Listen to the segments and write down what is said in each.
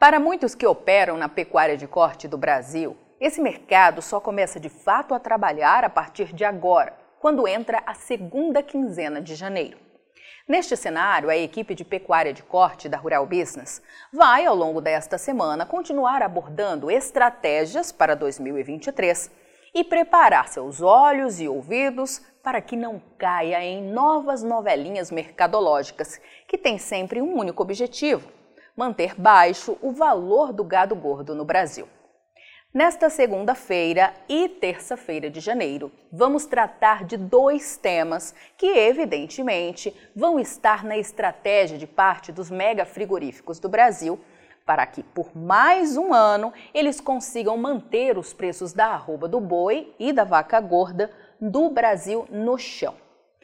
Para muitos que operam na pecuária de corte do Brasil, esse mercado só começa de fato a trabalhar a partir de agora, quando entra a segunda quinzena de janeiro. Neste cenário, a equipe de pecuária de corte da Rural Business vai, ao longo desta semana, continuar abordando estratégias para 2023 e preparar seus olhos e ouvidos para que não caia em novas novelinhas mercadológicas, que têm sempre um único objetivo: manter baixo o valor do gado gordo no Brasil. Nesta segunda-feira e terça-feira de janeiro, vamos tratar de dois temas que, evidentemente, vão estar na estratégia de parte dos mega frigoríficos do Brasil, para que, por mais um ano, eles consigam manter os preços da arroba do boi e da vaca gorda do Brasil no chão.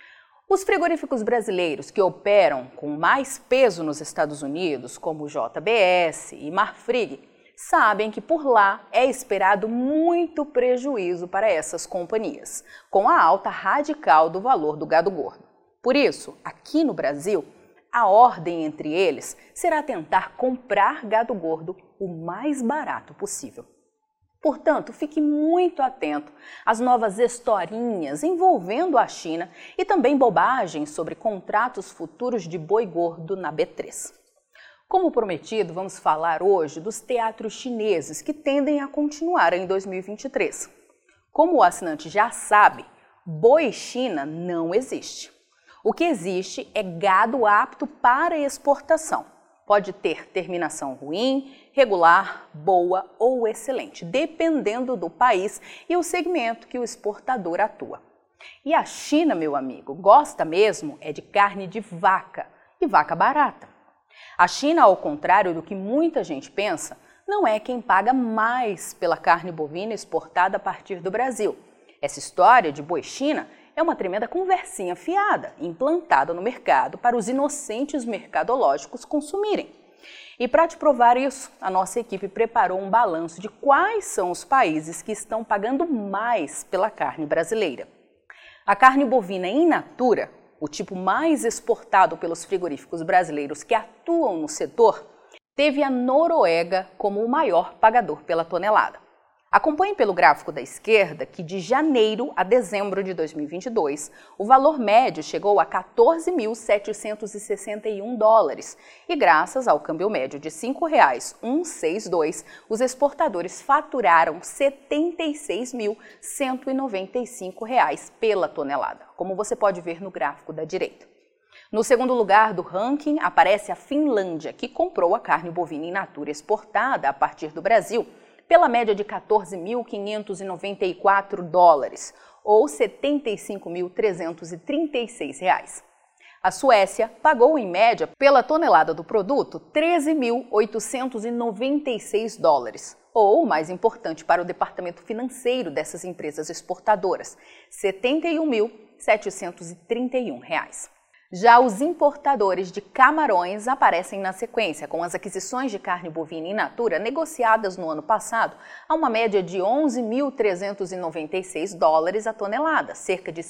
Os frigoríficos brasileiros que operam com mais peso nos Estados Unidos, como o JBS e Marfrig, sabem que por lá é esperado muito prejuízo para essas companhias, com a alta radical do valor do gado gordo. Por isso, aqui no Brasil, a ordem entre eles será tentar comprar gado gordo o mais barato possível. Portanto, fique muito atento às novas historinhas envolvendo a China e também bobagens sobre contratos futuros de boi gordo na B3. Como prometido, vamos falar hoje dos teatros chineses que tendem a continuar em 2023. Como o assinante já sabe, boi China não existe. O que existe é gado apto para exportação. Pode ter terminação ruim, regular, boa ou excelente, dependendo do país e o segmento que o exportador atua. E a China, meu amigo, gosta mesmo é de carne de vaca e vaca barata. A China, ao contrário do que muita gente pensa, não é quem paga mais pela carne bovina exportada a partir do Brasil. Essa história de boi China é uma tremenda conversinha fiada, implantada no mercado para os inocentes mercadológicos consumirem. E para te provar isso, a nossa equipe preparou um balanço de quais são os países que estão pagando mais pela carne brasileira. A carne bovina in natura, o tipo mais exportado pelos frigoríficos brasileiros que atuam no setor, teve a Noruega como o maior pagador pela tonelada. Acompanhe pelo gráfico da esquerda que de janeiro a dezembro de 2022, o valor médio chegou a 14.761 dólares e graças ao câmbio médio de R$ 5,162, os exportadores faturaram R$ 76.195 pela tonelada, como você pode ver no gráfico da direita. No segundo lugar do ranking aparece a Finlândia, que comprou a carne bovina in natura exportada a partir do Brasil pela média de 14.594 dólares, ou R$ 75.336. A Suécia pagou, em média, pela tonelada do produto, 13.896 dólares, ou, mais importante para o departamento financeiro dessas empresas exportadoras, R$ 71.731. Já os importadores de camarões aparecem na sequência, com as aquisições de carne bovina in natura negociadas no ano passado a uma média de 11.396 dólares a tonelada, cerca de R$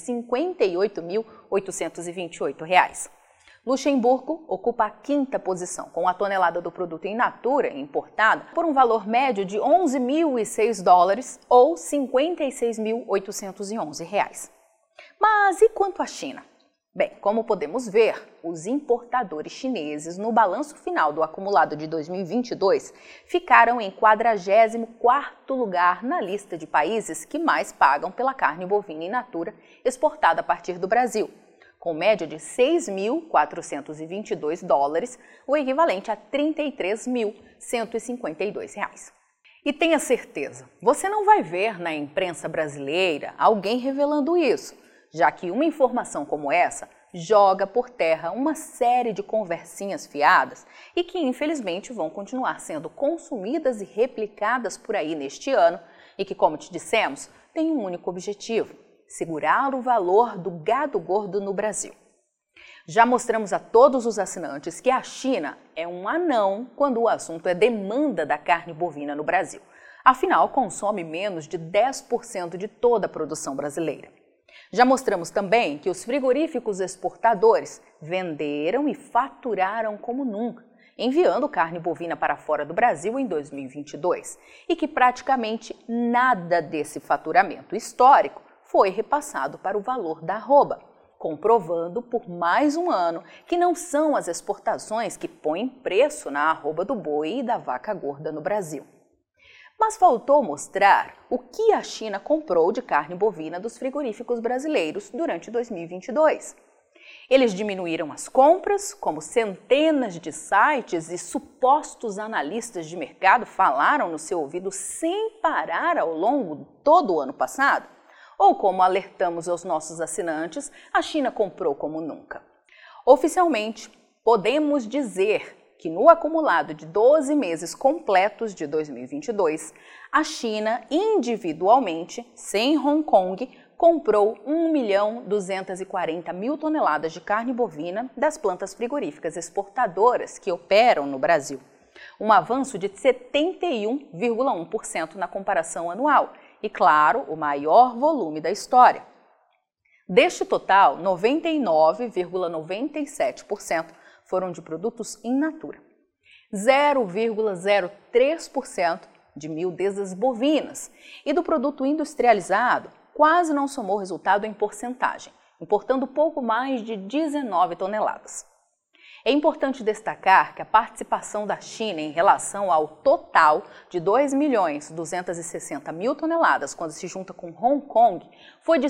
58.828. Luxemburgo ocupa a quinta posição, com a tonelada do produto in natura importada por um valor médio de 11.006 dólares ou R$ 56.811. Mas e quanto à China? Bem, como podemos ver, os importadores chineses no balanço final do acumulado de 2022 ficaram em 44º lugar na lista de países que mais pagam pela carne bovina in natura exportada a partir do Brasil, com média de 6.422 dólares, o equivalente a R$ 33.152. E tenha certeza, você não vai ver na imprensa brasileira alguém revelando isso, já que uma informação como essa joga por terra uma série de conversinhas fiadas e que, infelizmente, vão continuar sendo consumidas e replicadas por aí neste ano e que, como te dissemos, tem um único objetivo: segurar o valor do gado gordo no Brasil. Já mostramos a todos os assinantes que a China é um anão quando o assunto é demanda da carne bovina no Brasil. Afinal, consome menos de 10% de toda a produção brasileira. Já mostramos também que os frigoríficos exportadores venderam e faturaram como nunca enviando carne bovina para fora do Brasil em 2022, e que praticamente nada desse faturamento histórico foi repassado para o valor da arroba, comprovando por mais um ano que não são as exportações que põem preço na arroba do boi e da vaca gorda no Brasil. Mas faltou mostrar o que a China comprou de carne bovina dos frigoríficos brasileiros durante 2022. Eles diminuíram as compras, como centenas de sites e supostos analistas de mercado falaram no seu ouvido sem parar ao longo de todo o ano passado? Ou, como alertamos aos nossos assinantes, a China comprou como nunca? Oficialmente, podemos dizer que no acumulado de 12 meses completos de 2022, a China, individualmente, sem Hong Kong, comprou 1.240.000 toneladas de carne bovina das plantas frigoríficas exportadoras que operam no Brasil, um avanço de 71,1% na comparação anual e, claro, o maior volume da história. Deste total, 99,97% foram de produtos in natura, 0,03% de miudezas bovinas e do produto industrializado quase não somou resultado em porcentagem, importando pouco mais de 19 toneladas. É importante destacar que a participação da China em relação ao total de 2.260.000 toneladas, quando se junta com Hong Kong, foi de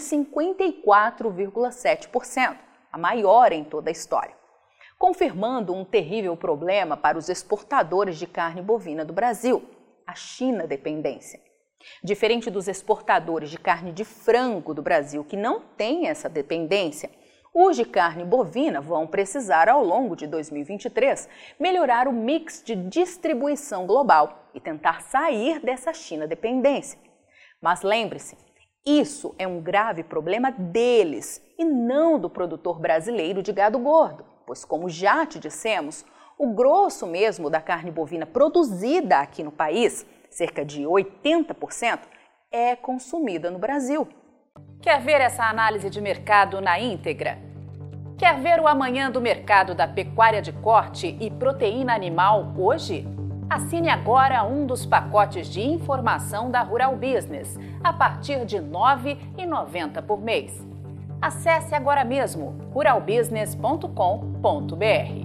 54,7%, a maior em toda a história, confirmando um terrível problema para os exportadores de carne bovina do Brasil, a China dependência. Diferente dos exportadores de carne de frango do Brasil, que não têm essa dependência, os de carne bovina vão precisar, ao longo de 2023, melhorar o mix de distribuição global e tentar sair dessa China dependência. Mas lembre-se, isso é um grave problema deles e não do produtor brasileiro de gado gordo, pois, como já te dissemos, o grosso mesmo da carne bovina produzida aqui no país, cerca de 80%, é consumida no Brasil. Quer ver essa análise de mercado na íntegra? Quer ver o amanhã do mercado da pecuária de corte e proteína animal hoje? Assine agora um dos pacotes de informação da Rural Business, a partir de R$ 9,90 por mês. Acesse agora mesmo ruralbusiness.com.br.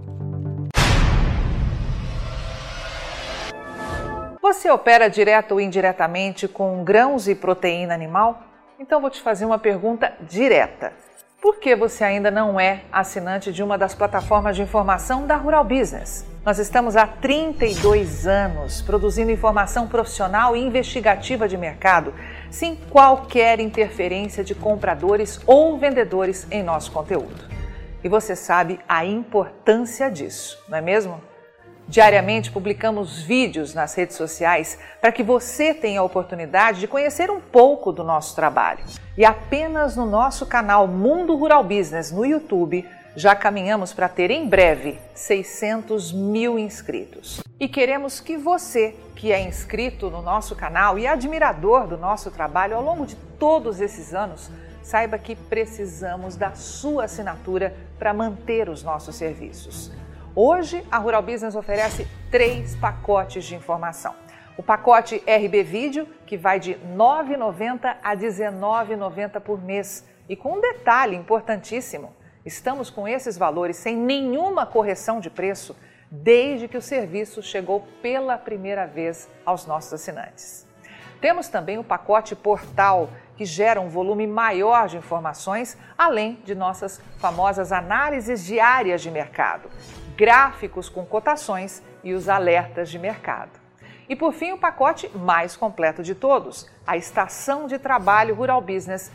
Você opera direto ou indiretamente com grãos e proteína animal? Então vou te fazer uma pergunta direta. Por que você ainda não é assinante de uma das plataformas de informação da Rural Business? Nós estamos há 32 anos produzindo informação profissional e investigativa de mercado, sem qualquer interferência de compradores ou vendedores em nosso conteúdo. E você sabe a importância disso, não é mesmo? Diariamente publicamos vídeos nas redes sociais para que você tenha a oportunidade de conhecer um pouco do nosso trabalho. E apenas no nosso canal Mundo Rural Business no YouTube já caminhamos para ter em breve 600 mil inscritos. E queremos que você, que é inscrito no nosso canal e admirador do nosso trabalho ao longo de todos esses anos, saiba que precisamos da sua assinatura para manter os nossos serviços. Hoje, a Rural Business oferece 3 pacotes de informação. O pacote RB Vídeo, que vai de R$ 9,90 a R$ 19,90 por mês. E com um detalhe importantíssimo, estamos com esses valores sem nenhuma correção de preço desde que o serviço chegou pela primeira vez aos nossos assinantes. Temos também o pacote Portal, que gera um volume maior de informações, além de nossas famosas análises diárias de mercado, gráficos com cotações e os alertas de mercado. E por fim, o pacote mais completo de todos, a Estação de Trabalho Rural Business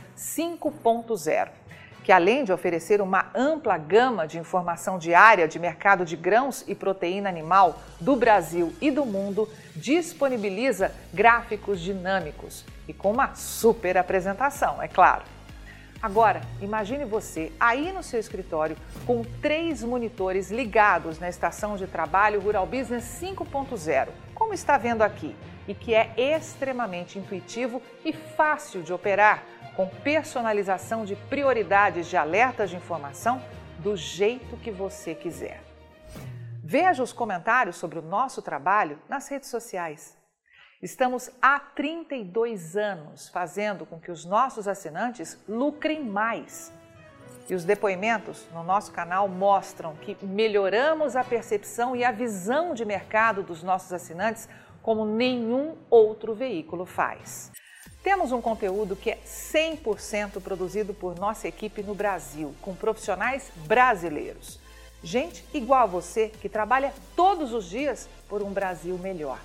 5.0, que além de oferecer uma ampla gama de informação diária de mercado de grãos e proteína animal do Brasil e do mundo, disponibiliza gráficos dinâmicos e com uma super apresentação, é claro. Agora, imagine você aí no seu escritório com 3 monitores ligados na Estação de Trabalho Rural Business 5.0, como está vendo aqui, e que é extremamente intuitivo e fácil de operar, com personalização de prioridades de alertas de informação do jeito que você quiser. Veja os comentários sobre o nosso trabalho nas redes sociais. Estamos há 32 anos fazendo com que os nossos assinantes lucrem mais. E os depoimentos no nosso canal mostram que melhoramos a percepção e a visão de mercado dos nossos assinantes como nenhum outro veículo faz. Temos um conteúdo que é 100% produzido por nossa equipe no Brasil, com profissionais brasileiros. Gente igual a você que trabalha todos os dias por um Brasil melhor.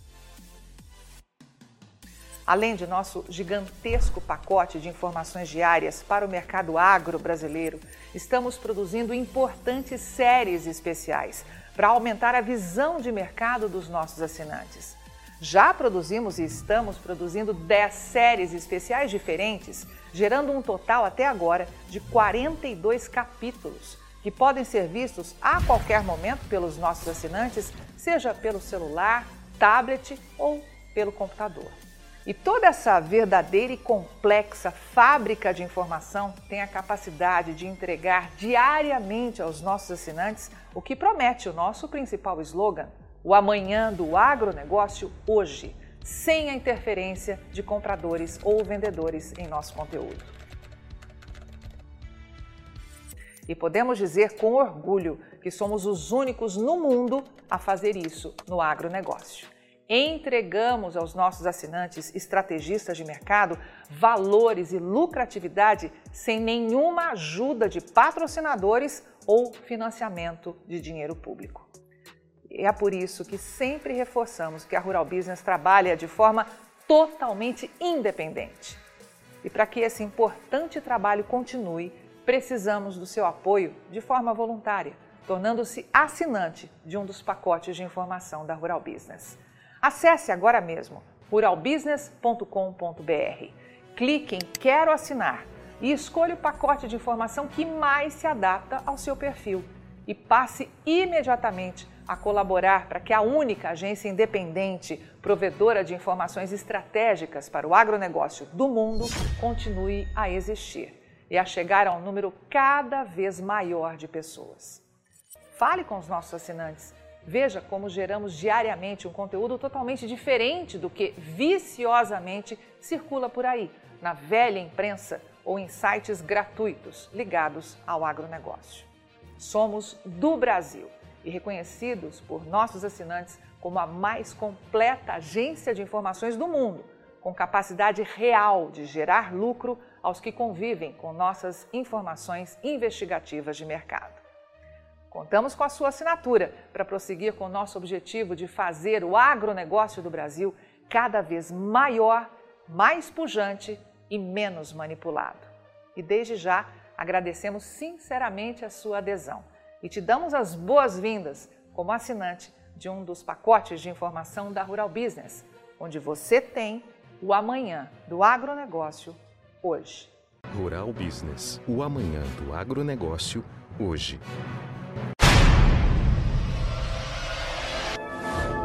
Além de nosso gigantesco pacote de informações diárias para o mercado agro brasileiro, estamos produzindo importantes séries especiais para aumentar a visão de mercado dos nossos assinantes. Já produzimos e estamos produzindo 10 séries especiais diferentes, gerando um total até agora de 42 capítulos, que podem ser vistos a qualquer momento pelos nossos assinantes, seja pelo celular, tablet ou pelo computador. E toda essa verdadeira e complexa fábrica de informação tem a capacidade de entregar diariamente aos nossos assinantes o que promete o nosso principal slogan: o amanhã do agronegócio hoje, sem a interferência de compradores ou vendedores em nosso conteúdo. E podemos dizer com orgulho que somos os únicos no mundo a fazer isso no agronegócio. Entregamos aos nossos assinantes estrategistas de mercado valores e lucratividade sem nenhuma ajuda de patrocinadores ou financiamento de dinheiro público. E é por isso que sempre reforçamos que a Rural Business trabalha de forma totalmente independente. E para que esse importante trabalho continue, precisamos do seu apoio de forma voluntária, tornando-se assinante de um dos pacotes de informação da Rural Business. Acesse agora mesmo ruralbusiness.com.br, clique em Quero Assinar e escolha o pacote de informação que mais se adapta ao seu perfil e passe imediatamente a colaborar para que a única agência independente, provedora de informações estratégicas para o agronegócio do mundo, continue a existir e a chegar a um número cada vez maior de pessoas. Fale com os nossos assinantes. Veja como geramos diariamente um conteúdo totalmente diferente do que viciosamente circula por aí, na velha imprensa ou em sites gratuitos ligados ao agronegócio. Somos do Brasil e reconhecidos por nossos assinantes como a mais completa agência de informações do mundo, com capacidade real de gerar lucro aos que convivem com nossas informações investigativas de mercado. Contamos com a sua assinatura para prosseguir com o nosso objetivo de fazer o agronegócio do Brasil cada vez maior, mais pujante e menos manipulado. E desde já agradecemos sinceramente a sua adesão e te damos as boas-vindas como assinante de um dos pacotes de informação da Rural Business, onde você tem o amanhã do agronegócio hoje. Rural Business, o amanhã do agronegócio hoje.